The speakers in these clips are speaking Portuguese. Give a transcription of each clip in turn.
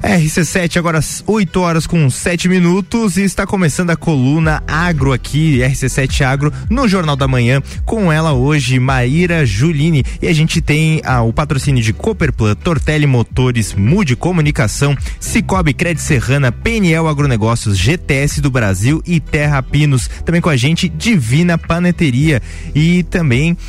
RC7, agora 8h07 e está começando a coluna Agro aqui, RC7 Agro, no Jornal da Manhã, com ela hoje, Maíra Julini, e a gente tem o patrocínio de Cooperplan, Tortelli Motores, Mude Comunicação, Cicobi Crédito Serrana, PNL Agronegócios, GTS do Brasil e Terra Pinos. Também com a gente, Divina Paneteria e também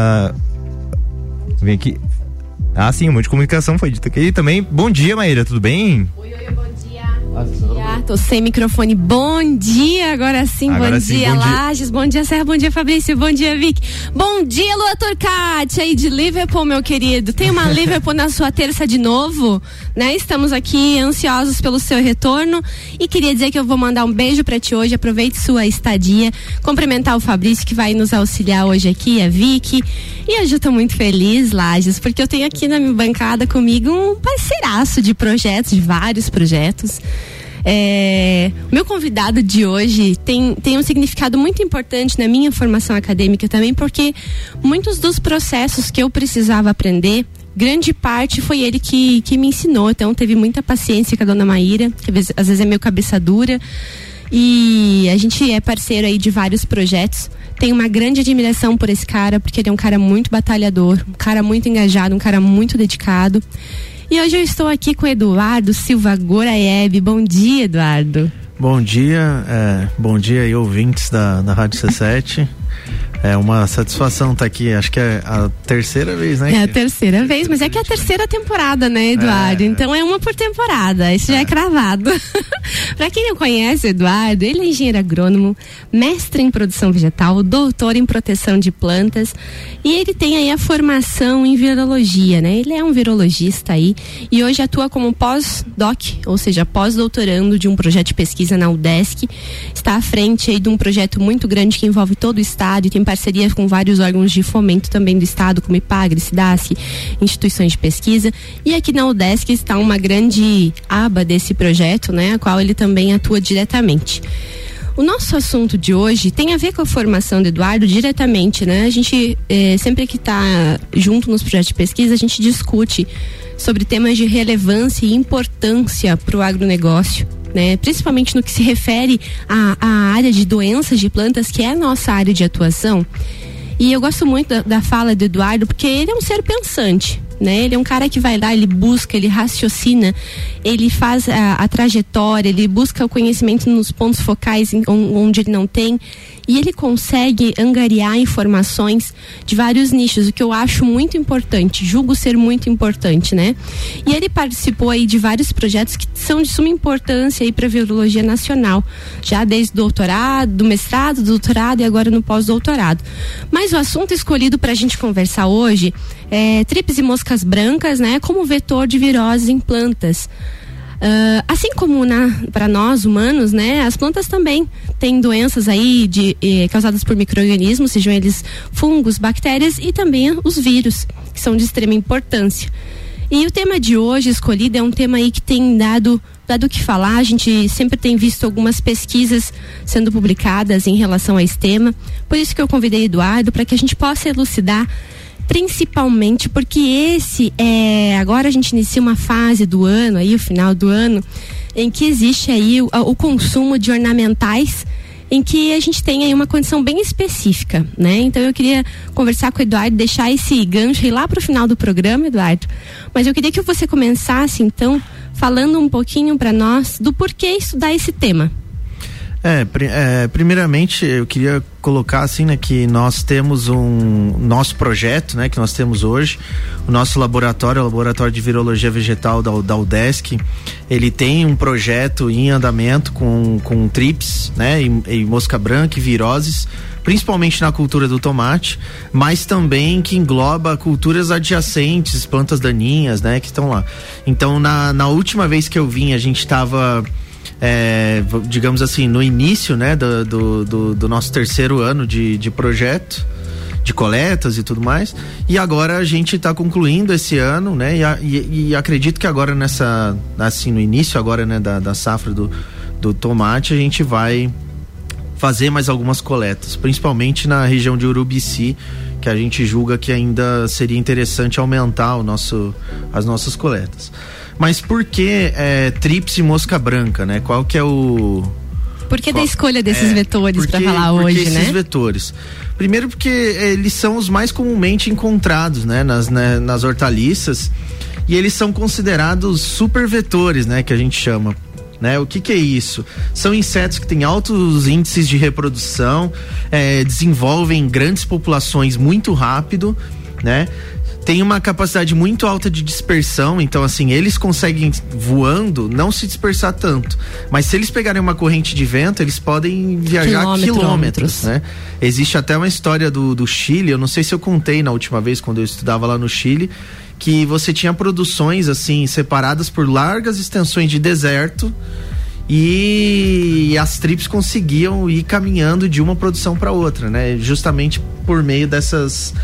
vem aqui. Sim, o Mude Comunicação foi dito aqui também. Bom dia, Maíra, tudo bem? Oi, bom dia. Bom dia, tô sem microfone. Bom dia, agora sim, bom dia, Lages, bom dia, Serra, bom dia, Fabrício, bom dia, Vic. Bom dia, Lua Turcati, aí de Liverpool, meu querido. Tem uma Liverpool na sua terça de novo, né? Estamos aqui ansiosos pelo seu retorno e queria dizer que eu vou mandar um beijo pra ti hoje, aproveite sua estadia, cumprimentar o Fabrício que vai nos auxiliar hoje aqui, a Vic. E hoje eu tô muito feliz, Lages, porque eu tenho aqui na minha bancada comigo um parceiraço de projetos, de vários projetos. O meu convidado de hoje tem um significado muito importante na minha formação acadêmica também, porque muitos dos processos que eu precisava aprender, grande parte foi ele que me ensinou. Então teve muita paciência com a dona Maíra, que às vezes é meio cabeça dura, e a gente é parceiro aí de vários projetos. Tenho uma grande admiração por esse cara, porque ele é um cara muito batalhador, um cara muito engajado, um cara muito dedicado. E hoje eu estou aqui com o Eduardo Silva Goraeb. Bom dia, Eduardo. Bom dia aí, ouvintes da Rádio C7. É uma satisfação estar aqui, acho que é a terceira vez, né? É a terceira vez, mas é que é a terceira temporada, né, Eduardo? Então é uma por temporada, isso já é cravado. Pra quem não conhece o Eduardo, ele é engenheiro agrônomo, mestre em produção vegetal, doutor em proteção de plantas, e ele tem aí a formação em virologia, né? Ele é um virologista aí, e hoje atua como pós-doc, ou seja, pós-doutorando de um projeto de pesquisa na UDESC, está à frente aí de um projeto muito grande que envolve todo o estado e tem parceria com vários órgãos de fomento também do estado, como IPAGRE, SIDASC, instituições de pesquisa. E aqui na UDESC está uma grande aba desse projeto, né, a qual ele também atua diretamente. O nosso assunto de hoje tem a ver com a formação do Eduardo diretamente, né? A gente, sempre que está junto nos projetos de pesquisa, a gente discute sobre temas de relevância e importância para o agronegócio, né? Principalmente no que se refere à área de doenças de plantas, que é a nossa área de atuação. E eu gosto muito da fala do Eduardo, porque ele é um ser pensante, né? Ele é um cara que vai lá, ele busca, ele raciocina, ele faz a trajetória, ele busca o conhecimento nos pontos focais onde ele não tem, e ele consegue angariar informações de vários nichos, o que eu acho muito importante, julgo ser muito importante, né? E ele participou aí de vários projetos que são de suma importância aí para a virologia nacional, já desde o doutorado, do mestrado, do doutorado e agora no pós-doutorado. Mas o assunto escolhido para a gente conversar hoje é trips e moscas brancas, né? Como vetor de virose em plantas. Assim como para nós humanos, né, as plantas também têm doenças aí causadas por micro-organismos, sejam eles fungos, bactérias e também os vírus, que são de extrema importância. E o tema de hoje escolhido é um tema aí que tem dado o que falar. A gente sempre tem visto algumas pesquisas sendo publicadas em relação a esse tema, por isso que eu convidei Eduardo para que a gente possa elucidar, principalmente porque agora a gente inicia uma fase do ano, aí o final do ano, em que existe aí o consumo de ornamentais, em que a gente tem aí uma condição bem específica, né? Então eu queria conversar com o Eduardo, deixar esse gancho aí lá pro final do programa, Eduardo, mas eu queria que você começasse então falando um pouquinho para nós do porquê estudar esse tema. Primeiramente eu queria colocar assim, né, que nós temos nosso projeto, né, que nós temos hoje, o nosso laboratório, o Laboratório de Virologia Vegetal da UDESC, ele tem um projeto em andamento com trips, né, e mosca branca e viroses, principalmente na cultura do tomate, mas também que engloba culturas adjacentes, plantas daninhas, né, que estão lá. Então na última vez que eu vim, a gente estava digamos assim, no início, né, do nosso terceiro ano de projeto, de coletas e tudo mais, e agora a gente está concluindo esse ano, né, e acredito que agora no início agora, né, da safra do tomate, a gente vai fazer mais algumas coletas, principalmente na região de Urubici, que a gente julga que ainda seria interessante aumentar as nossas coletas. Mas por que trips e mosca branca, né? Qual que é o... Por que da escolha desses vetores para falar hoje, esses né? vetores? Primeiro porque eles são os mais comumente encontrados, né? Nas hortaliças, e eles são considerados super vetores, né? Que a gente chama. Né? O que é isso? São insetos que têm altos índices de reprodução, desenvolvem grandes populações muito rápido, né? Tem uma capacidade muito alta de dispersão, então assim, eles conseguem voando não se dispersar tanto, mas se eles pegarem uma corrente de vento, eles podem viajar quilômetros, né? Existe até uma história do Chile, eu não sei se eu contei na última vez quando eu estudava lá no Chile, que você tinha produções assim, separadas por largas extensões de deserto, e as trips conseguiam ir caminhando de uma produção para outra, né? Justamente por meio dessas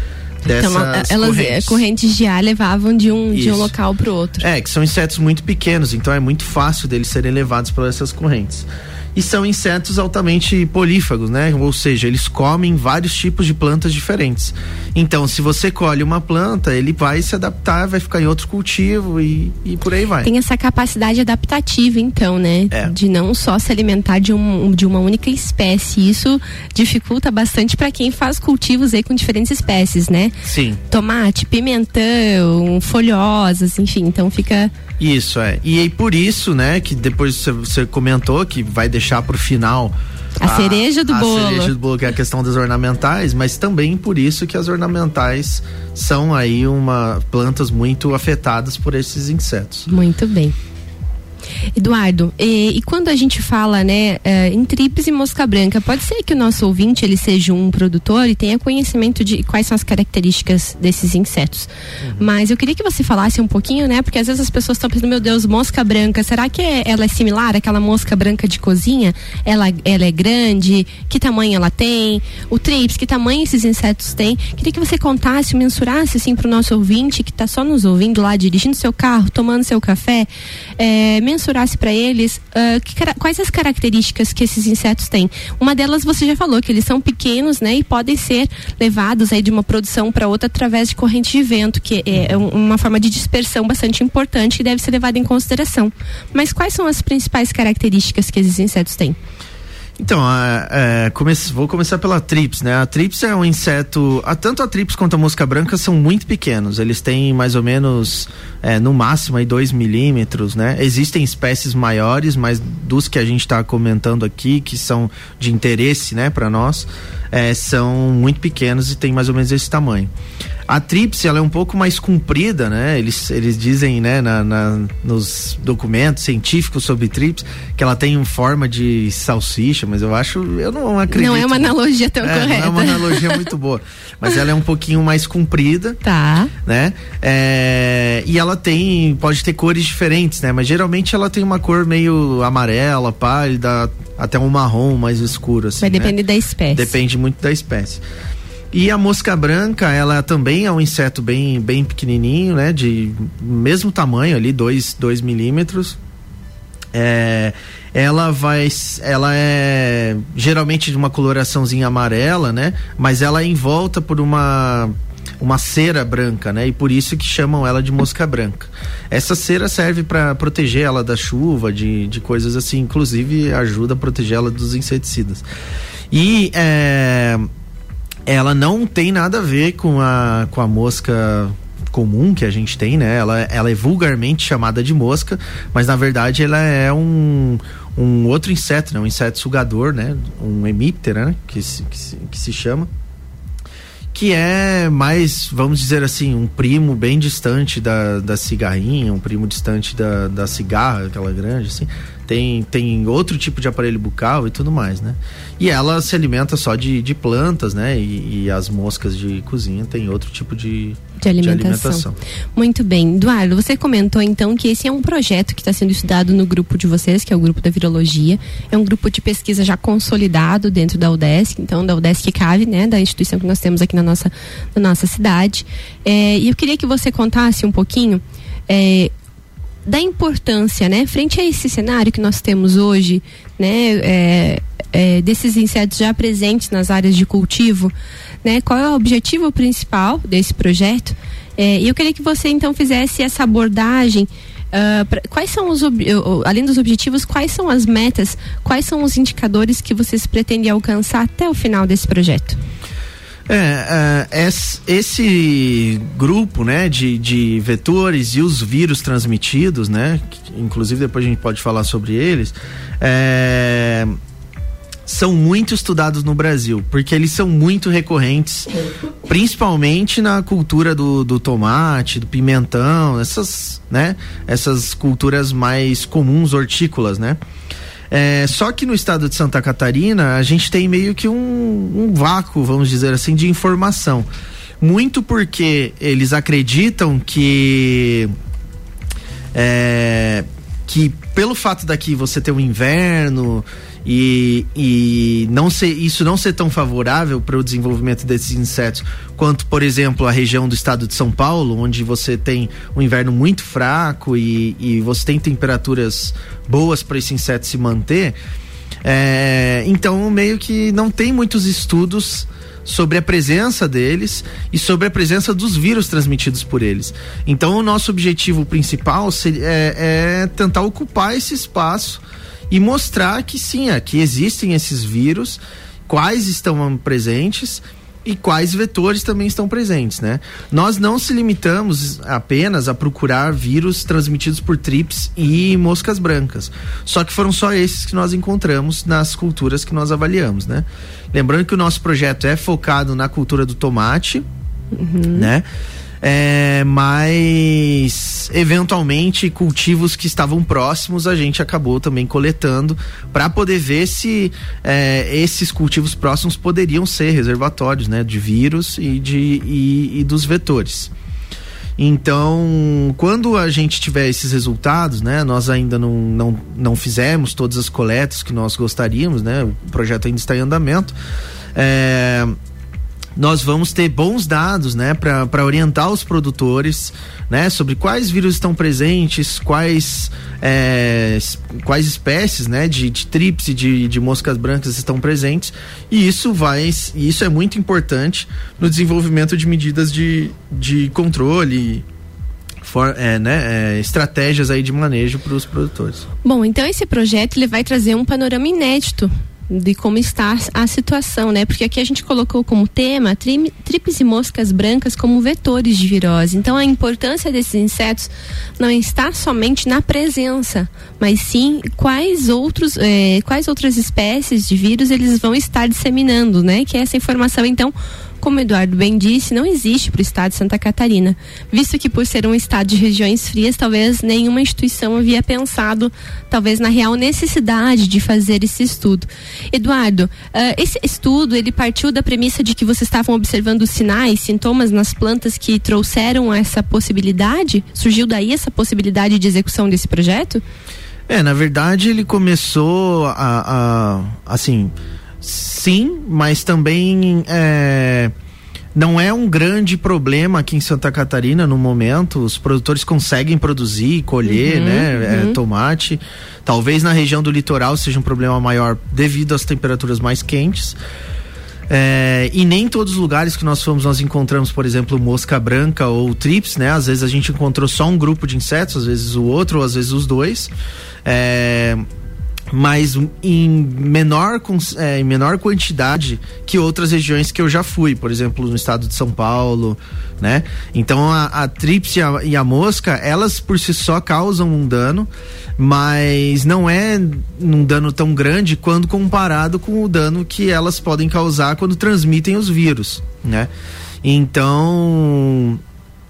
correntes de ar levavam de um local para o outro. Que são insetos muito pequenos, então é muito fácil deles serem levados por essas correntes. E são insetos altamente polífagos, né? Ou seja, eles comem vários tipos de plantas diferentes. Então, se você colhe uma planta, ele vai se adaptar, vai ficar em outro cultivo e por aí vai. Tem essa capacidade adaptativa, então, né? De não só se alimentar de uma única espécie. Isso dificulta bastante para quem faz cultivos aí com diferentes espécies, né? Sim. Tomate, pimentão, folhosas, enfim, então fica... Isso, E aí por isso, né, que depois você comentou que vai deixar pro final a cereja do bolo. A cereja do bolo, que é a questão das ornamentais, mas também por isso que as ornamentais são aí plantas muito afetadas por esses insetos. Muito bem. Eduardo, e quando a gente fala, né, em trips e mosca branca, pode ser que o nosso ouvinte ele seja um produtor e tenha conhecimento de quais são as características desses insetos. Mas eu queria que você falasse um pouquinho, né, porque às vezes as pessoas estão pensando, meu Deus, mosca branca, será que ela é similar àquela mosca branca de cozinha? Ela é grande? Que tamanho ela tem? O trips, que tamanho esses insetos têm? Queria que você contasse, mensurasse assim pro nosso ouvinte que está só nos ouvindo lá, dirigindo seu carro, tomando seu café, mensurasse para eles quais as características que esses insetos têm. Uma delas você já falou, que eles são pequenos, né, e podem ser levados aí de uma produção para outra através de corrente de vento, que é uma forma de dispersão bastante importante que deve ser levada em consideração. Mas quais são as principais características que esses insetos têm? Então, vou começar pela trips, né? A trips é um inseto, tanto a trips quanto a mosca branca são muito pequenos, eles têm mais ou menos, no máximo aí 2 milímetros, né? Existem espécies maiores, mas dos que a gente está comentando aqui, que são de interesse, né, para nós, são muito pequenos e tem mais ou menos esse tamanho. A trips, ela é um pouco mais comprida, né? Eles dizem, né, nos documentos científicos sobre trips, que ela tem forma de salsicha, mas eu não acredito. Não é uma analogia tão correta. Não é uma analogia muito boa, mas ela é um pouquinho mais comprida. Tá. Né? E ela pode ter cores diferentes, né? Mas geralmente ela tem uma cor meio amarela, pálida, até um marrom mais escuro, assim. Vai depender da espécie. Depende muito da espécie. E a mosca branca, ela também é um inseto bem pequenininho, né? De mesmo tamanho ali, 2 milímetros. Ela é geralmente de uma coloraçãozinha amarela, né? Mas ela é envolta por uma cera branca, né? E por isso que chamam ela de mosca branca. Essa cera serve para proteger ela da chuva, de coisas assim, inclusive ajuda a proteger ela dos inseticidas. E ela não tem nada a ver com a mosca comum que a gente tem, né? Ela é vulgarmente chamada de mosca, mas na verdade ela é um outro inseto, né? Um inseto sugador, né? Um hemíptera, né? Que se chama, que é mais, vamos dizer assim, um primo bem distante da cigarrinha, um primo distante da cigarra, aquela grande, assim. Tem outro tipo de aparelho bucal e tudo mais, né? E ela se alimenta só de plantas, né? E as moscas de cozinha tem outro tipo de alimentação. Muito bem. Eduardo, você comentou então que esse é um projeto que está sendo estudado no grupo de vocês, que é o grupo da virologia. É um grupo de pesquisa já consolidado dentro da UDESC, então da UDESC CAVE, né? Da instituição que nós temos aqui na nossa cidade. E eu queria que você contasse um pouquinho da importância, né, frente a esse cenário que nós temos hoje, né, desses insetos já presentes nas áreas de cultivo, né, qual é o objetivo principal desse projeto? E eu queria que você então fizesse essa abordagem Quais são além dos objetivos, quais são as metas, quais são os indicadores que vocês pretendem alcançar até o final desse projeto? Esse grupo, né, de vetores e os vírus transmitidos, né, que, inclusive depois a gente pode falar sobre eles, são muito estudados no Brasil, porque eles são muito recorrentes, principalmente na cultura do tomate, do pimentão, essas culturas mais comuns, hortícolas, né? Só que no estado de Santa Catarina a gente tem meio que um vácuo, vamos dizer assim, de informação. Muito porque eles acreditam que pelo fato daqui você ter um inverno e isso não ser tão favorável para o desenvolvimento desses insetos quanto, por exemplo, a região do estado de São Paulo, onde você tem um inverno muito fraco e você tem temperaturas boas para esse inseto se manter, então meio que não tem muitos estudos sobre a presença deles e sobre a presença dos vírus transmitidos por eles. Então o nosso objetivo principal é tentar ocupar esse espaço e mostrar que sim, que existem esses vírus, quais estão presentes e quais vetores também estão presentes, né? Nós não se limitamos apenas a procurar vírus transmitidos por trips e moscas brancas, só que foram só esses que nós encontramos nas culturas que nós avaliamos, né? Lembrando que o nosso projeto é focado na cultura do tomate, né? Mas eventualmente cultivos que estavam próximos a gente acabou também coletando para poder ver se esses cultivos próximos poderiam ser reservatórios, né, de vírus e dos vetores. Então, quando a gente tiver esses resultados, né, nós ainda não fizemos todas as coletas que nós gostaríamos, né, o projeto ainda está em andamento. Nós vamos ter bons dados, né, para orientar os produtores, né, sobre quais vírus estão presentes, quais espécies, né, de trips e de moscas brancas estão presentes, e isso é muito importante no desenvolvimento de medidas de controle, estratégias aí de manejo para os produtores. Bom, então esse projeto ele vai trazer um panorama inédito de como está a situação, né? Porque aqui a gente colocou como tema trips e moscas brancas como vetores de virose. Então a importância desses insetos não está somente na presença, mas sim quais outras espécies de vírus eles vão estar disseminando, né? Que essa informação, então, como o Eduardo bem disse, não existe para o estado de Santa Catarina, visto que por ser um estado de regiões frias, talvez nenhuma instituição havia pensado, talvez, na real necessidade de fazer esse estudo. Eduardo, esse estudo, ele partiu da premissa de que vocês estavam observando sinais, sintomas nas plantas que trouxeram essa possibilidade? Surgiu daí essa possibilidade de execução desse projeto? Na verdade ele começou assim, sim, mas também não é um grande problema aqui em Santa Catarina no momento. Os produtores conseguem produzir, colher, tomate. Talvez na região do litoral seja um problema maior devido às temperaturas mais quentes. E nem todos os lugares que nós fomos nós encontramos, por exemplo, mosca branca ou trips, né? Às vezes a gente encontrou só um grupo de insetos, às vezes o outro, ou às vezes os dois. Mas em menor quantidade que outras regiões que eu já fui, por exemplo, no estado de São Paulo, né? Então a trips e a mosca, elas por si só causam um dano, mas não é um dano tão grande quando comparado com o dano que elas podem causar quando transmitem os vírus, né? Então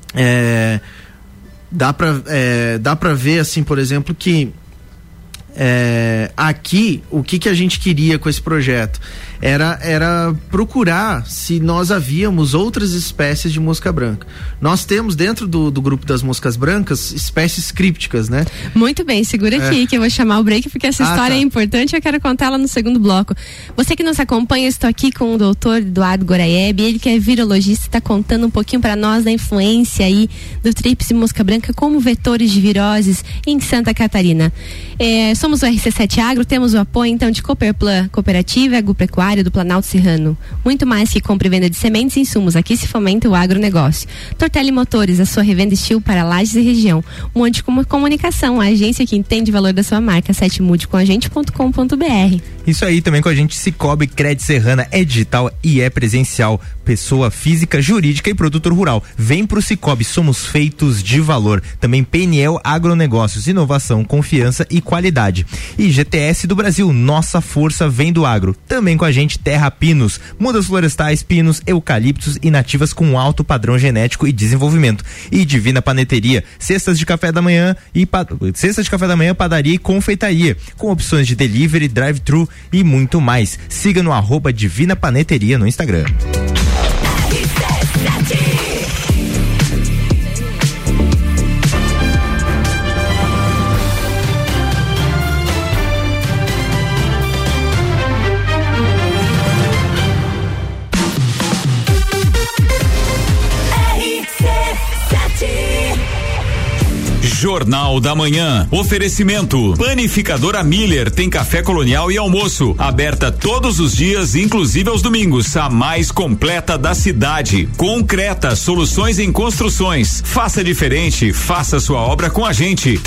dá pra ver assim, por exemplo, que aqui o que a gente queria com esse projeto era procurar se nós havíamos outras espécies de mosca branca. Nós temos dentro do grupo das moscas brancas espécies crípticas, né? Muito bem, segura aqui que eu vou chamar o break porque essa história é importante e eu quero contar ela no segundo bloco. Você que nos acompanha, eu estou aqui com o doutor Eduardo Goraieb, ele que é virologista, está contando um pouquinho para nós da influência aí do trips e mosca branca como vetores de viroses em Santa Catarina. Somos o RC7 Agro, temos o apoio então de Cooperplan Cooperativa, Agropecuária, Agropecuária do Planalto Serrano. Muito mais que compra e venda de sementes e insumos, aqui se fomenta o agronegócio. Tortelli Motores, a sua revenda Estil para Lages e região. Monte Comunicação, a agência que entende o valor da sua marca. mudecoagente.com.br. Isso aí, também com a gente, Cicobi Crédito Serrana, é digital e é presencial. Pessoa física, jurídica e produtor rural. Vem pro Cicobi, somos feitos de valor. Também PNL Agronegócios, inovação, confiança e qualidade. E GTS do Brasil, nossa força vem do agro. Também com a gente, Terra Pinos, mudas florestais, pinos, eucaliptos e nativas com alto padrão genético e desenvolvimento. E Divina Paneteria, cestas de café da manhã padaria e confeitaria, com opções de delivery, drive-thru e muito mais. Siga no @Divina Paneteria no Instagram. Jornal da Manhã. Oferecimento. Panificadora Miller tem café colonial e almoço. Aberta todos os dias, inclusive aos domingos. A mais completa da cidade. Concreta, soluções em construções. Faça diferente, faça sua obra com a gente.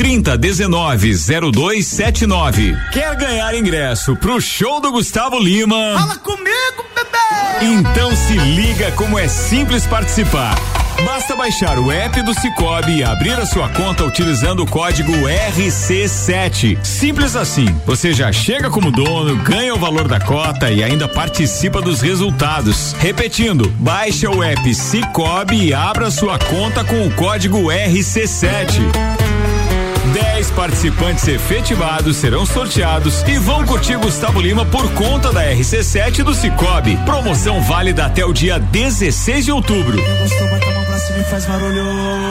3019-0279. Quer ganhar ingresso pro show do Gustavo Lima? Fala comigo, bebê! Então se liga como é simples participar. Basta baixar o app do Cicobi e abrir a sua conta utilizando o código RC7. Simples assim. Você já chega como dono, ganha o valor da cota e ainda participa dos resultados. Repetindo, baixe o app Cicobi e abra sua conta com o código RC7. 10 participantes efetivados serão sorteados e vão curtir Gustavo Lima por conta da RC7 do Cicobi. Promoção válida até o dia 16 de outubro. Faz barulho.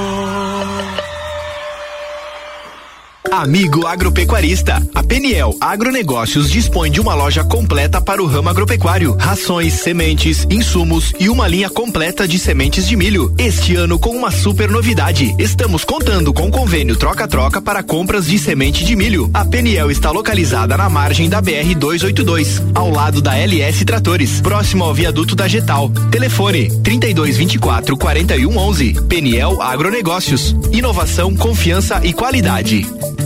Amigo agropecuarista, a PNL Agronegócios dispõe de uma loja completa para o ramo agropecuário, rações, sementes, insumos e uma linha completa de sementes de milho. Este ano com uma super novidade, estamos contando com convênio troca-troca para compras de semente de milho. A PNL está localizada na margem da BR-282, ao lado da LS Tratores, próximo ao viaduto da Getal. Telefone 3224-4111. PNL Agronegócios, inovação, confiança e qualidade.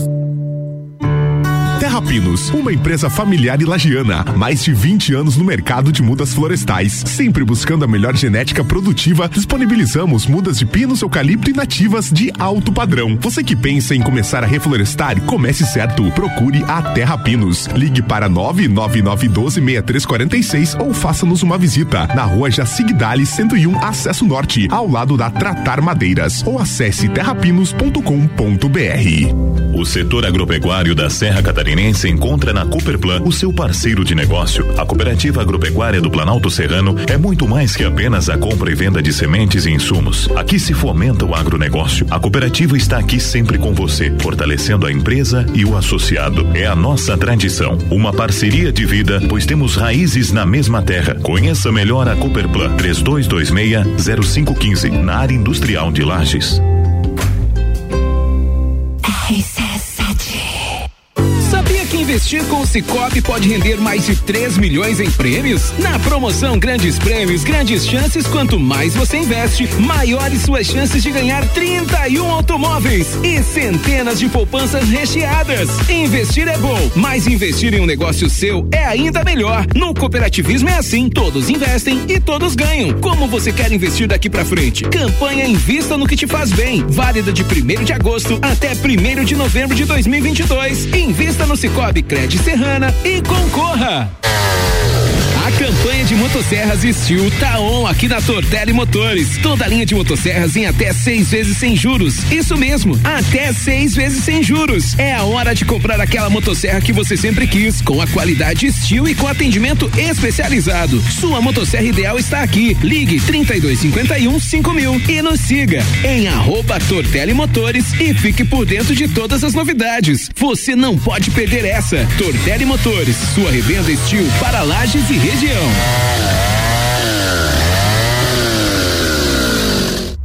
Terra Pinos, uma empresa familiar e lagiana, mais de 20 anos no mercado de mudas florestais, sempre buscando a melhor genética produtiva. Disponibilizamos mudas de pinos, eucalipto e nativas de alto padrão. Você que pensa em começar a reflorestar, comece certo. Procure a Terra Pinos. Ligue para 999126346 ou faça-nos uma visita na Rua Jacigdali 101, Acesso Norte, ao lado da Tratar Madeiras, ou acesse terrapinos.com.br. O setor agropecuário da Serra Catarinense encontra na Cooperplan o seu parceiro de negócio. A Cooperativa Agropecuária do Planalto Serrano é muito mais que apenas a compra e venda de sementes e insumos. Aqui se fomenta o agronegócio. A cooperativa está aqui sempre com você, fortalecendo a empresa e o associado. É a nossa tradição, uma parceria de vida, pois temos raízes na mesma terra. Conheça melhor a Cooperplan 3226-0515, na área industrial de Lages. Sabia que investir com o Cicobi pode render mais de 3 milhões em prêmios? Na promoção Grandes Prêmios, Grandes Chances, quanto mais você investe, maiores suas chances de ganhar 31 automóveis e centenas de poupanças recheadas. Investir é bom, mas investir em um negócio seu é ainda melhor. No cooperativismo é assim, todos investem e todos ganham. Como você quer investir daqui pra frente? Campanha Invista no que te faz bem, válida de 1º de agosto até 1º de novembro de 2022. Invista no Cicobi Crédito Serrana e concorra! A campanha de motosserras Estil tá on aqui na Tortelli Motores. Toda a linha de motosserras em até 6 vezes sem juros. Isso mesmo, até 6 vezes sem juros. É a hora de comprar aquela motosserra que você sempre quis, com a qualidade Estil e com atendimento especializado. Sua motosserra ideal está aqui. Ligue 3251-5000 e nos siga em @Tortelli Motores e fique por dentro de todas as novidades. Você não pode perder essa. Tortelli Motores, sua revenda Estil para Lages e região.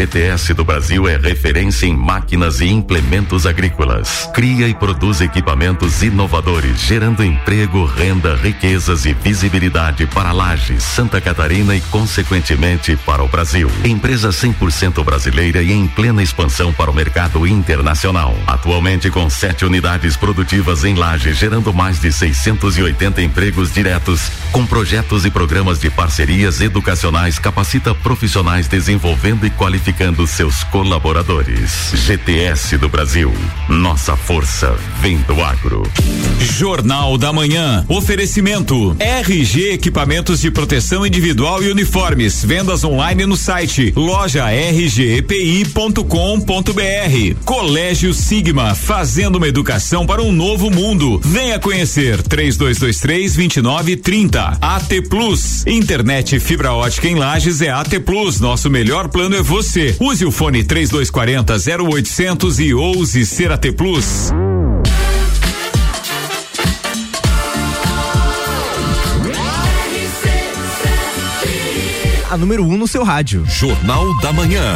GTS do Brasil é referência em máquinas e implementos agrícolas. Cria e produz equipamentos inovadores, gerando emprego, renda, riquezas e visibilidade para Lages, Santa Catarina e, consequentemente, para o Brasil. Empresa 100% brasileira e em plena expansão para o mercado internacional. Atualmente com 7 unidades produtivas em Lages, gerando mais de 680 empregos diretos, com projetos e programas de parcerias educacionais, capacita profissionais desenvolvendo e qualificando seus colaboradores. GTS do Brasil. Nossa força vem do agro. Jornal da Manhã. Oferecimento RG Equipamentos de Proteção Individual e Uniformes. Vendas online no site loja rgepi.com.br. Colégio Sigma, fazendo uma educação para um novo mundo. Venha conhecer. 3223-2930. AT Plus. Internet fibra ótica em Lages é AT Plus. Nosso melhor plano é você. Use o fone 3240-0800 e ouse ser AT Plus. A número 1 no seu rádio. Jornal da Manhã.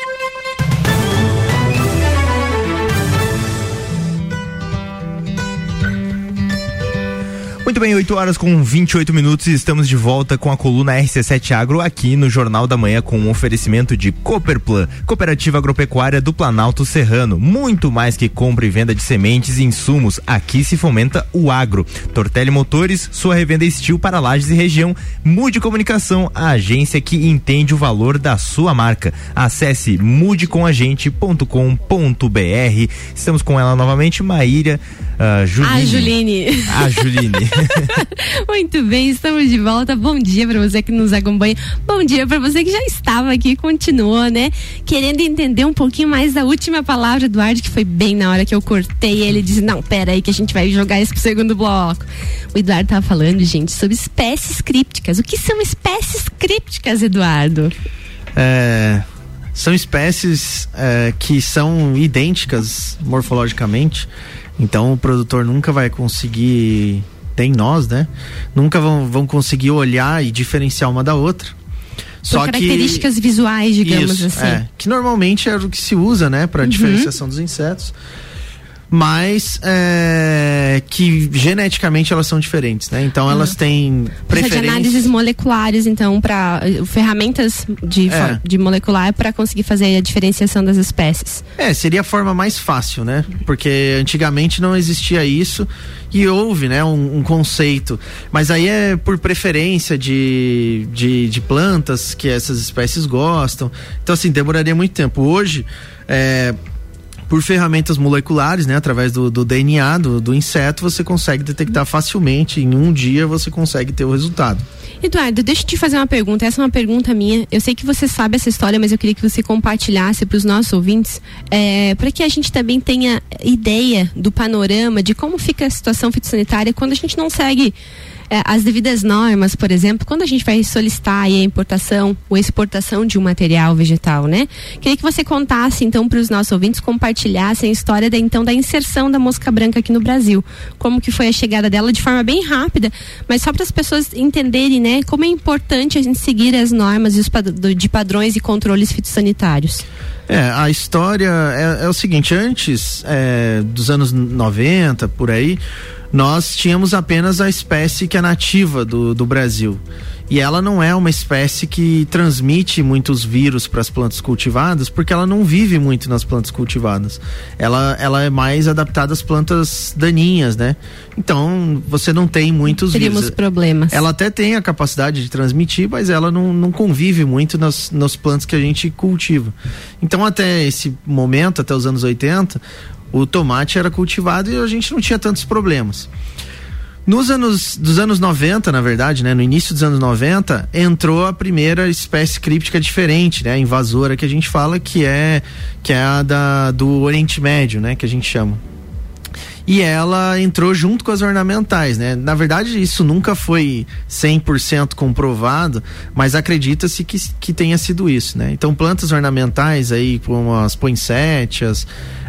Muito bem, 8h28, estamos de volta com a coluna RC7 Agro aqui no Jornal da Manhã, com um oferecimento de Cooperplan, Cooperativa Agropecuária do Planalto Serrano. Muito mais que compra e venda de sementes e insumos, aqui se fomenta o agro. Tortelli Motores, sua revenda Estil para Lages e região. Mude Comunicação, a agência que entende o valor da sua marca. Acesse mudecomagente.com.br. Estamos com ela novamente, Maíra Juline. A Juline. Muito bem, estamos de volta. Bom dia para você que nos acompanha. Bom dia para você que já estava aqui e continuou, né? Querendo entender um pouquinho mais da última palavra, Eduardo, que foi bem na hora que eu cortei. Ele disse: não, pera aí que a gente vai jogar isso pro segundo bloco. O Eduardo tava falando, gente, sobre espécies crípticas. O que são espécies crípticas, Eduardo? São espécies que são idênticas morfologicamente. Então o produtor nunca vai conseguir, tem nós, né? Nunca vão conseguir olhar e diferenciar uma da outra. Só características visuais, digamos assim. Que normalmente é o que se usa, né? Para diferenciação dos insetos. Mas que geneticamente elas são diferentes, né? Então elas têm preferência de análises moleculares, então, para ferramentas de molecular para conseguir fazer a diferenciação das espécies. Seria a forma mais fácil, né? Porque antigamente não existia isso e houve, né, um conceito. Mas aí é por preferência de plantas que essas espécies gostam. Então, assim, demoraria muito tempo. Hoje, por ferramentas moleculares, né, através do DNA do inseto, você consegue detectar facilmente. Em um dia você consegue ter o resultado. Eduardo, deixa eu te fazer uma pergunta. Essa é uma pergunta minha. Eu sei que você sabe essa história, mas eu queria que você compartilhasse para os nossos ouvintes, para que a gente também tenha ideia do panorama de como fica a situação fitossanitária quando a gente não segue as devidas normas. Por exemplo, quando a gente vai solicitar aí a importação ou exportação de um material vegetal, né? Queria que você contasse então para os nossos ouvintes, compartilhassem a história da inserção da mosca branca aqui no Brasil, como que foi a chegada dela de forma bem rápida, mas só para as pessoas entenderem, né, como é importante a gente seguir as normas de padrões e controles fitossanitários. A história é o seguinte: antes dos anos 90, por aí, nós tínhamos apenas a espécie que é nativa do Brasil. E ela não é uma espécie que transmite muitos vírus para as plantas cultivadas, porque ela não vive muito nas plantas cultivadas. Ela é mais adaptada às plantas daninhas, né? Então, você não tem muitos vírus. Teríamos problemas. Ela até tem a capacidade de transmitir, mas ela não convive muito nas plantas que a gente cultiva. Então, até esse momento, até os anos 80, o tomate era cultivado e a gente não tinha tantos problemas. Dos anos 90, na verdade, né? No início dos anos 90, entrou a primeira espécie críptica diferente, né? A invasora que a gente fala, que é a do Oriente Médio, né? Que a gente chama. E ela entrou junto com as ornamentais, né? Na verdade, isso nunca foi 100% comprovado, mas acredita-se que tenha sido isso, né? Então, plantas ornamentais aí, como as poinsettias,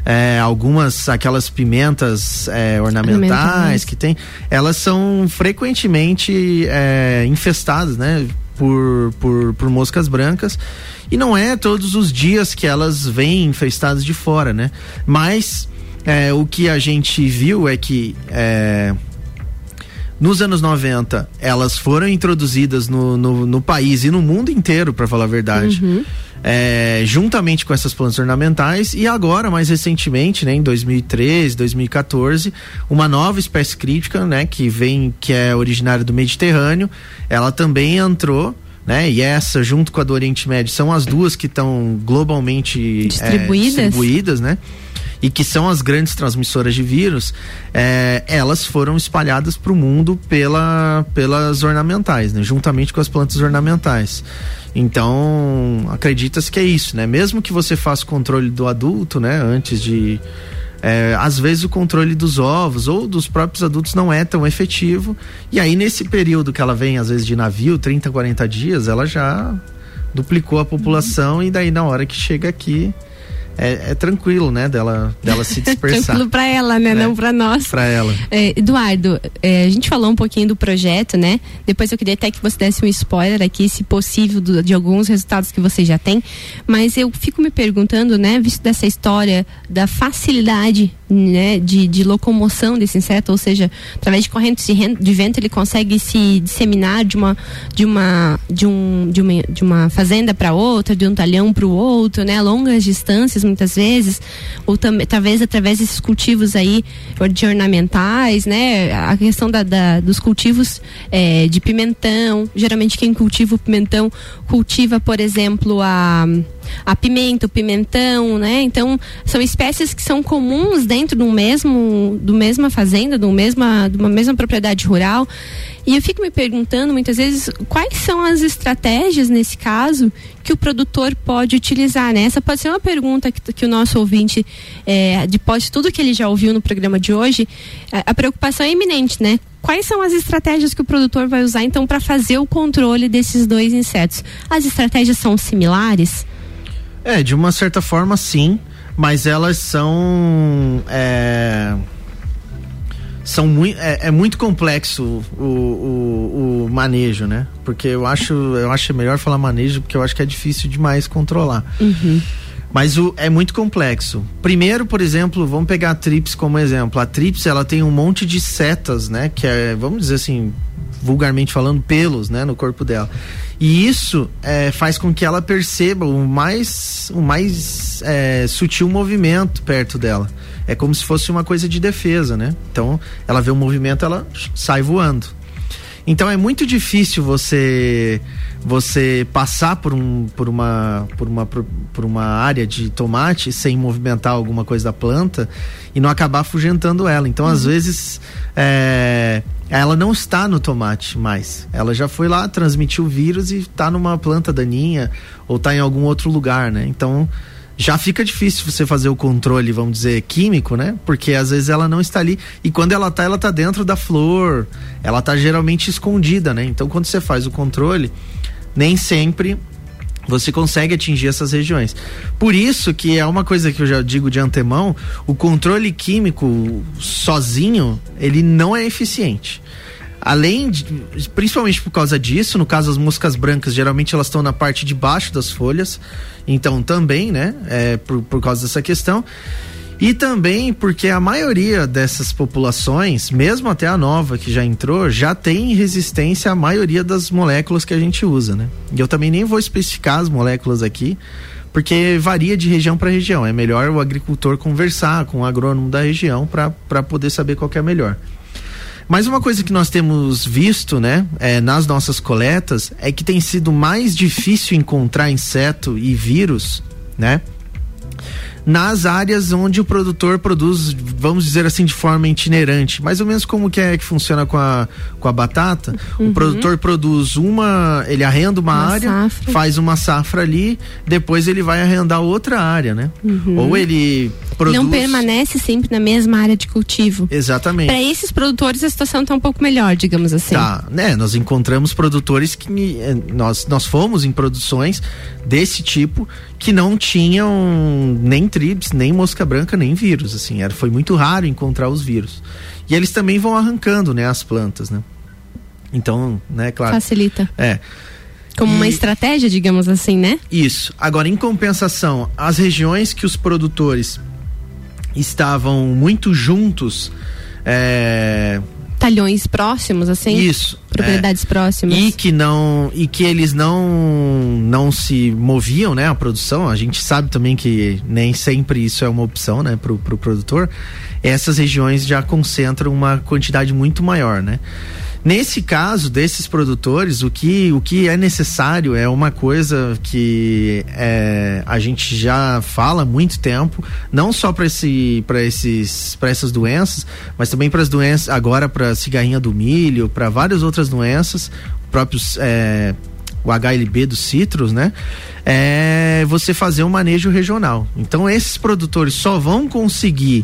aquelas pimentas ornamentais que tem, elas são frequentemente infestadas, né? Por moscas brancas. E não é todos os dias que elas vêm infestadas de fora, né? Mas o que a gente viu é que nos anos 90 elas foram introduzidas no país e no mundo inteiro, para falar a verdade. Juntamente com essas plantas ornamentais, e agora, mais recentemente, né, em 2013, 2014, uma nova espécie crítica, né, que é originária do Mediterrâneo, ela também entrou, né, e essa, junto com a do Oriente Médio, são as duas que estão globalmente distribuídas, né, e que são as grandes transmissoras de vírus. Elas foram espalhadas para o mundo pelas ornamentais, né, juntamente com as plantas ornamentais. Então, acredita-se que é isso, né? Mesmo que você faça o controle do adulto, né? Antes de... às vezes o controle dos ovos ou dos próprios adultos não é tão efetivo. E aí, nesse período que ela vem, às vezes, de navio, 30, 40 dias, ela já duplicou a população, e daí, na hora que chega aqui... É tranquilo, né, dela se dispersar. Tranquilo pra ela, né, não pra nós. Pra ela. Eduardo, a gente falou um pouquinho do projeto, né? Depois eu queria até que você desse um spoiler aqui, se possível, de alguns resultados que você já tem. Mas eu fico me perguntando, né, visto dessa história da facilidade, né, de locomoção desse inseto, ou seja, através de correntes de vento ele consegue se disseminar de uma fazenda para outra, de um talhão para o outro, né, longas distâncias muitas vezes, ou talvez através desses cultivos aí de ornamentais, né, a questão dos cultivos de pimentão. Geralmente quem cultiva o pimentão cultiva, por exemplo, a pimenta, o pimentão, né? Então, são espécies que são comuns dentro do mesma fazenda, de uma mesma propriedade rural. E eu fico me perguntando muitas vezes quais são as estratégias nesse caso que o produtor pode utilizar, né? Essa pode ser uma pergunta que o nosso ouvinte, depois de tudo que ele já ouviu no programa de hoje, a preocupação é iminente, né? Quais são as estratégias que o produtor vai usar então para fazer o controle desses dois insetos? As estratégias são similares? De uma certa forma sim, mas elas são muito complexo o manejo, né? Porque eu acho melhor falar manejo, porque eu acho que é difícil demais controlar. Mas é muito complexo. Primeiro, por exemplo, vamos pegar a Trips como exemplo. A Trips, ela tem um monte de setas, né? Que vamos dizer assim, vulgarmente falando, pelos, né? No corpo dela. E isso faz com que ela perceba o mais sutil movimento perto dela. É como se fosse uma coisa de defesa, né? Então, ela vê um movimento, ela sai voando. Então, é muito difícil você passar por uma área de tomate sem movimentar alguma coisa da planta e não acabar afugentando ela. Então, às vezes, ela não está no tomate mais. Ela já foi lá, transmitiu o vírus e está numa planta daninha ou está em algum outro lugar, né? Então, já fica difícil você fazer o controle, vamos dizer, químico, né? Porque às vezes ela não está ali. E quando ela tá dentro da flor. Ela tá geralmente escondida, né? Então, quando você faz o controle, nem sempre você consegue atingir essas regiões. Por isso que é uma coisa que eu já digo de antemão, o controle químico sozinho, ele não é eficiente. Principalmente por causa disso, no caso as moscas brancas, geralmente elas estão na parte de baixo das folhas, então também, né, por causa dessa questão. E também porque a maioria dessas populações, mesmo até a nova que já entrou, já tem resistência à maioria das moléculas que a gente usa, né? E eu também nem vou especificar as moléculas aqui, porque varia de região para região. É melhor o agricultor conversar com o agrônomo da região para poder saber qual que é a melhor. Mas uma coisa que nós temos visto, né, nas nossas coletas, é que tem sido mais difícil encontrar inseto e vírus, né, nas áreas onde o produtor produz, vamos dizer assim, de forma itinerante, mais ou menos como que funciona com a batata. O produtor produz ele arrenda uma área, safra. Faz uma safra ali, depois ele vai arrendar outra área, né? Ou ele produz... Não permanece sempre na mesma área de cultivo. Exatamente. Para esses produtores a situação está um pouco melhor, digamos assim. Tá, né? Nós encontramos produtores que nós fomos em produções desse tipo que não tinham nem trips, nem mosca branca, nem vírus, assim, foi muito raro encontrar os vírus. E eles também vão arrancando, né, as plantas, né? Então, né, claro. Facilita. Como uma estratégia, digamos assim, né? Isso. Agora, em compensação, as regiões que os produtores estavam muito juntos, talhões próximos, assim? Isso. Propriedades próximas. E que eles não se moviam, né, a produção. A gente sabe também que nem sempre isso é uma opção, né, pro produtor. Essas regiões já concentram uma quantidade muito maior, né? Nesse caso desses produtores, o que é necessário é uma coisa que a gente já fala há muito tempo, não só para essas doenças, mas também para as doenças, agora para a cigarrinha do milho, para várias outras doenças, próprios o HLB dos citros, né? Você fazer um manejo regional. Então esses produtores só vão conseguir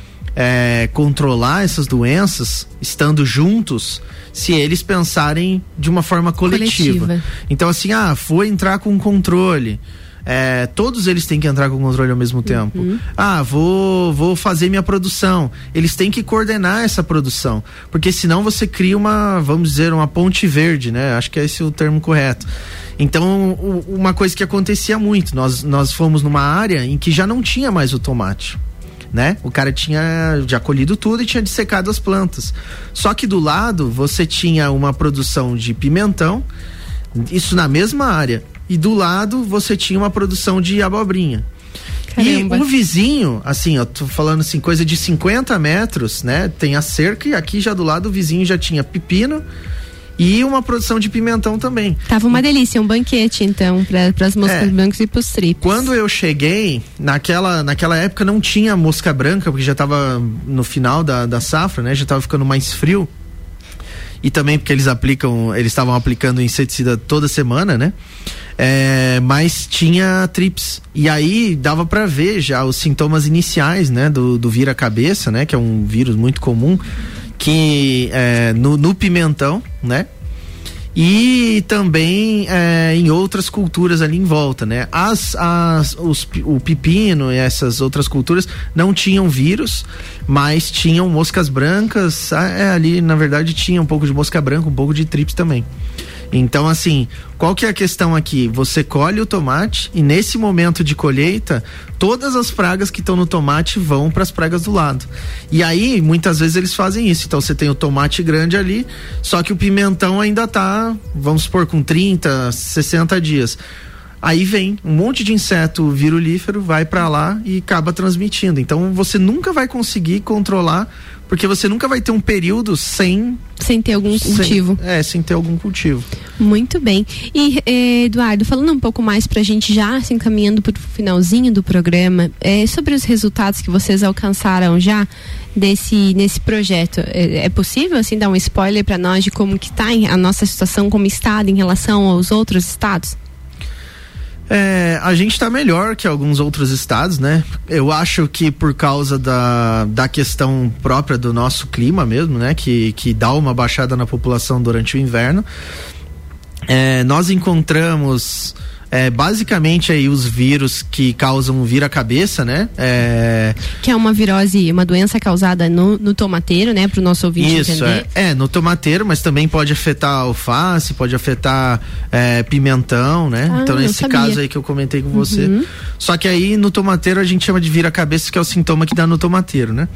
controlar essas doenças estando juntos se eles pensarem de uma forma coletiva. Então assim, vou entrar com controle, todos eles têm que entrar com controle ao mesmo tempo. Vou fazer minha produção, eles têm que coordenar essa produção, porque senão você cria vamos dizer, uma ponte verde, né? Acho que é esse o termo correto. Então, uma coisa que acontecia muito, nós fomos numa área em que já não tinha mais o tomate, né? O cara tinha já colhido tudo e tinha dessecado as plantas. Só que do lado você tinha uma produção de pimentão, isso na mesma área, e do lado você tinha uma produção de abobrinha. Caramba. E o vizinho, assim, eu tô falando assim, coisa de 50 metros, né? Tem a cerca e aqui já do lado o vizinho já tinha pepino e uma produção de pimentão também. Tava uma delícia, um banquete então, para as moscas brancas e para os tripes. Quando eu cheguei, naquela época não tinha mosca branca, porque já tava no final da safra, né? Já tava ficando mais frio. E também porque eles estavam aplicando inseticida toda semana, né? Mas tinha trips. E aí dava para ver já os sintomas iniciais, né? Do vira-cabeça, né? Que é um vírus muito comum, que no pimentão, né? E também em outras culturas ali em volta, né? O pepino e essas outras culturas não tinham vírus, mas tinham moscas brancas. Ali na verdade tinha um pouco de mosca branca, um pouco de trips também. Então assim, qual que é a questão aqui? Você colhe o tomate e nesse momento de colheita, todas as pragas que estão no tomate vão para as pragas do lado. E aí, muitas vezes eles fazem isso. Então você tem o tomate grande ali, só que o pimentão ainda tá, vamos supor, com 30, 60 dias. Aí vem um monte de inseto virulífero, vai para lá e acaba transmitindo. Então você nunca vai conseguir controlar, porque você nunca vai ter um período sem ter algum cultivo. Sem ter algum cultivo. Muito bem. E Eduardo, falando um pouco mais pra gente já se encaminhando pro finalzinho do programa, sobre os resultados que vocês alcançaram já nesse projeto, é possível assim dar um spoiler para nós de como que tá a nossa situação como estado em relação aos outros estados? A gente tá melhor que alguns outros estados, né? Eu acho que por causa da questão própria do nosso clima mesmo, né? Que dá uma baixada na população durante o inverno. Nós encontramos basicamente aí os vírus que causam vira-cabeça, né? Que é uma virose, uma doença causada no tomateiro, né? Pro nosso ouvinte entender. No tomateiro, mas também pode afetar alface, pode afetar pimentão, né? Então nesse caso aí que eu comentei com você. Só que aí no tomateiro a gente chama de vira-cabeça, que é o sintoma que dá no tomateiro, né?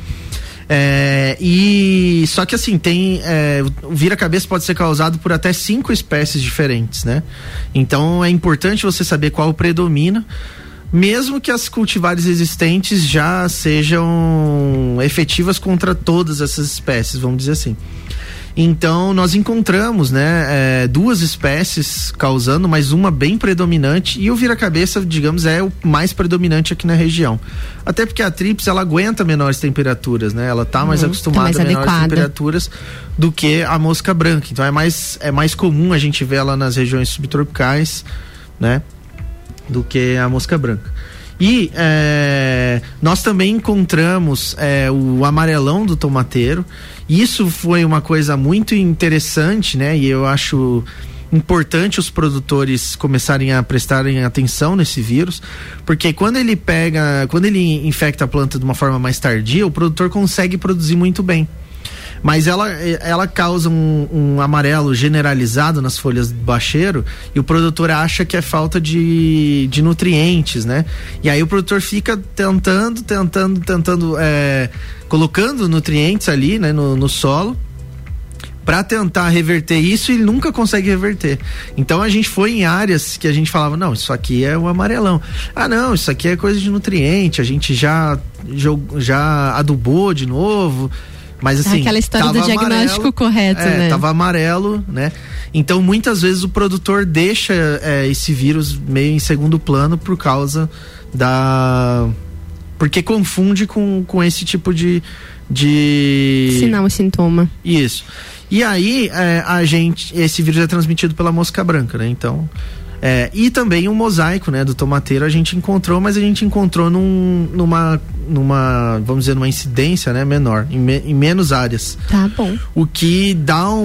E só que assim o vira-cabeça pode ser causado por até 5 espécies diferentes, né? Então é importante você saber qual predomina, mesmo que as cultivares existentes já sejam efetivas contra todas essas espécies, vamos dizer assim. Então nós encontramos, né, 2 espécies causando, mas uma bem predominante, e o vira-cabeça, digamos, é o mais predominante aqui na região. Até porque a trips, ela aguenta menores temperaturas, né? Ela tá mais acostumada a menores temperaturas do que a mosca branca. Então é mais comum a gente ver ela nas regiões subtropicais, né, do que a mosca branca. E nós também encontramos o amarelão do tomateiro. Isso foi uma coisa muito interessante, né? E eu acho importante os produtores começarem a prestarem atenção nesse vírus, porque quando ele infecta a planta de uma forma mais tardia, o produtor consegue produzir muito bem. mas ela causa um amarelo generalizado nas folhas do bacheiro e o produtor acha que é falta de nutrientes, né? E aí o produtor fica tentando, colocando nutrientes ali, né, no solo, para tentar reverter isso, e ele nunca consegue reverter. Então a gente foi em áreas que a gente falava, não, isso aqui é o amarelão. Ah, não, isso aqui é coisa de nutriente, a gente já adubou de novo, mas assim, aquela história do diagnóstico correto, né? Tava amarelo, né? Então muitas vezes o produtor deixa esse vírus meio em segundo plano por causa porque confunde com esse tipo de sinal e sintoma. Isso. E aí, esse vírus é transmitido pela mosca branca, né? Então, e também um mosaico, né, do tomateiro a gente encontrou, mas a gente encontrou numa vamos dizer, numa incidência, né, menor, em menos áreas. Tá bom. O que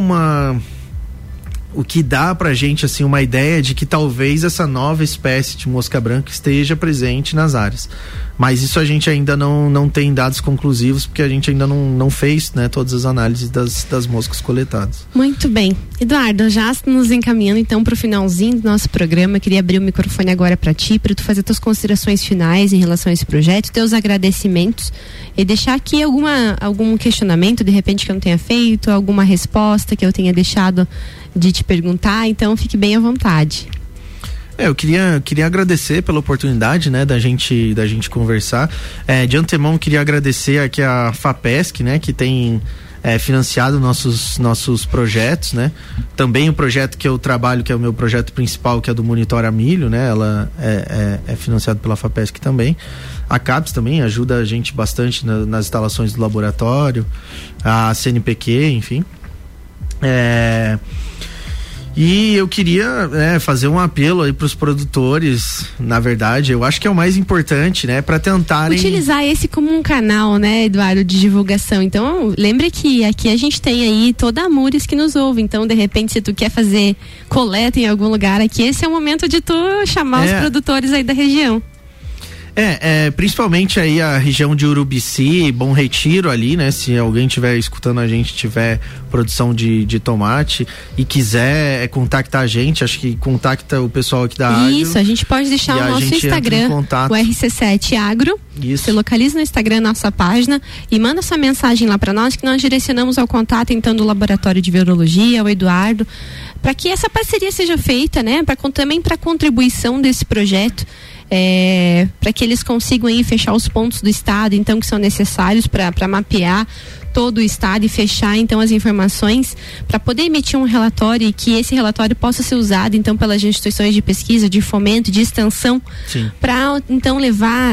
dá pra gente, assim, uma ideia de que talvez essa nova espécie de mosca branca esteja presente nas áreas. Mas isso a gente ainda não tem dados conclusivos, porque a gente ainda não fez, né, todas as análises das moscas coletadas. Muito bem. Eduardo, já nos encaminhando então para o finalzinho do nosso programa, eu queria abrir o microfone agora para ti, para tu fazer tuas considerações finais em relação a esse projeto, teus agradecimentos e deixar aqui algum questionamento, de repente, que eu não tenha feito, alguma resposta que eu tenha deixado de te perguntar, então fique bem à vontade. Eu queria agradecer pela oportunidade, né, da gente conversar. De antemão, queria agradecer aqui a FAPESC, né, que tem financiado nossos projetos, né? Também o projeto que eu trabalho, que é o meu projeto principal, que é do Monitora Milho, né? Ela é financiado pela FAPESC também. A CAPES também ajuda a gente bastante nas instalações do laboratório, a CNPq, enfim. E eu queria fazer um apelo aí para os produtores, na verdade, eu acho que é o mais importante, né, para tentarem utilizar esse como um canal, né, Eduardo, de divulgação. Então, lembre que aqui a gente tem aí toda a Mures que nos ouve, então, de repente, se tu quer fazer coleta em algum lugar aqui, esse é o momento de tu chamar os produtores aí da região. Principalmente aí a região de Urubici, Bom Retiro ali, né? Se alguém estiver escutando a gente, tiver produção de tomate e quiser contactar a gente, acho que contacta o pessoal aqui da rádio. Isso, a gente pode deixar o nosso Instagram, o RC7 Agro. Isso. Você localiza no Instagram nossa página e manda sua mensagem lá para nós, que nós direcionamos ao contato então do Laboratório de Virologia, o Eduardo, para que essa parceria seja feita, né? Também para contribuição desse projeto. Para que eles consigam aí fechar os pontos do estado, então, que são necessários para mapear todo o estado e fechar então as informações para poder emitir um relatório e que esse relatório possa ser usado então pelas instituições de pesquisa, de fomento, de extensão, para então levar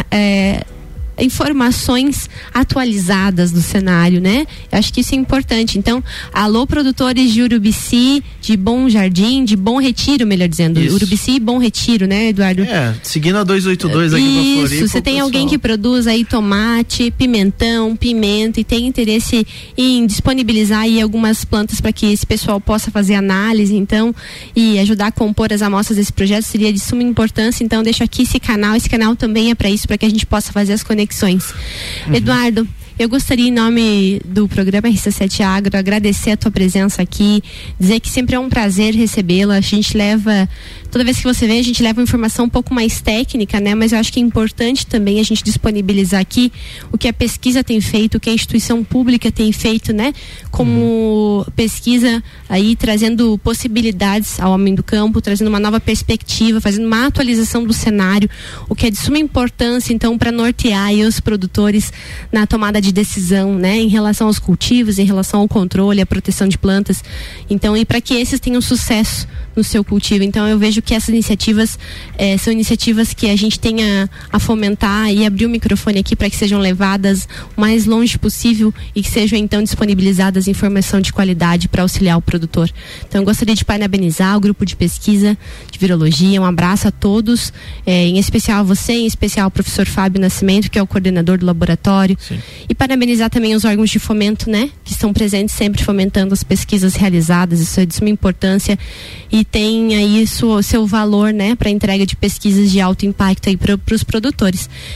informações atualizadas do cenário, né? Eu acho que isso é importante. Então, alô, produtores de Urubici, de Bom Jardim, de Bom Retiro, melhor dizendo. Isso. Urubici e Bom Retiro, né, Eduardo? Seguindo a 282 aqui pra Floripa. Isso, você tem alguém que produz aí tomate, pimentão, pimenta e tem interesse em disponibilizar aí algumas plantas para que esse pessoal possa fazer análise, então, e ajudar a compor as amostras desse projeto, seria de suma importância. Então, deixo aqui esse canal também é para isso, para que a gente possa fazer as conexões. Eduardo, eu gostaria, em nome do programa RC7 Agro, agradecer a tua presença aqui, dizer que sempre é um prazer recebê-la. A gente leva, toda vez que você vem, a gente leva uma informação um pouco mais técnica, né? Mas eu acho que é importante também a gente disponibilizar aqui o que a pesquisa tem feito, o que a instituição pública tem feito, né? Como pesquisa aí, trazendo possibilidades ao homem do campo, trazendo uma nova perspectiva, fazendo uma atualização do cenário, o que é de suma importância, então, para nortear aí os produtores na tomada de decisão, né, em relação aos cultivos, em relação ao controle, à proteção de plantas. Então, e para que esses tenham sucesso no seu cultivo. Então, eu vejo que essas iniciativas são iniciativas que a gente tenha a fomentar e abrir o microfone aqui para que sejam levadas o mais longe possível e que sejam então disponibilizadas informação de qualidade para auxiliar o produtor. Então, eu gostaria de parabenizar o grupo de pesquisa de virologia. Um abraço a todos, em especial a você, em especial ao professor Fábio Nascimento, que é o coordenador do laboratório. Sim. E parabenizar também os órgãos de fomento, né, que estão presentes sempre fomentando as pesquisas realizadas. Isso é de suma importância e tem aí seu valor, né, para a entrega de pesquisas de alto impacto aí para os produtores.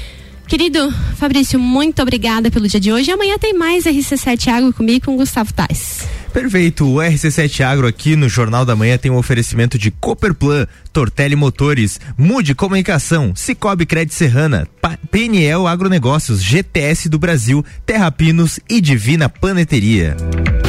Querido Fabrício, muito obrigada pelo dia de hoje. Amanhã tem mais RC7 Agro comigo, com o Gustavo Tais. Perfeito, o RC7 Agro aqui no Jornal da Manhã tem um oferecimento de Cooperplan, Tortelli Motores, Mude Comunicação, Cicobi Crédito Serrana, PNL Agronegócios, GTS do Brasil, Terra Pinos e Divina Paneteria.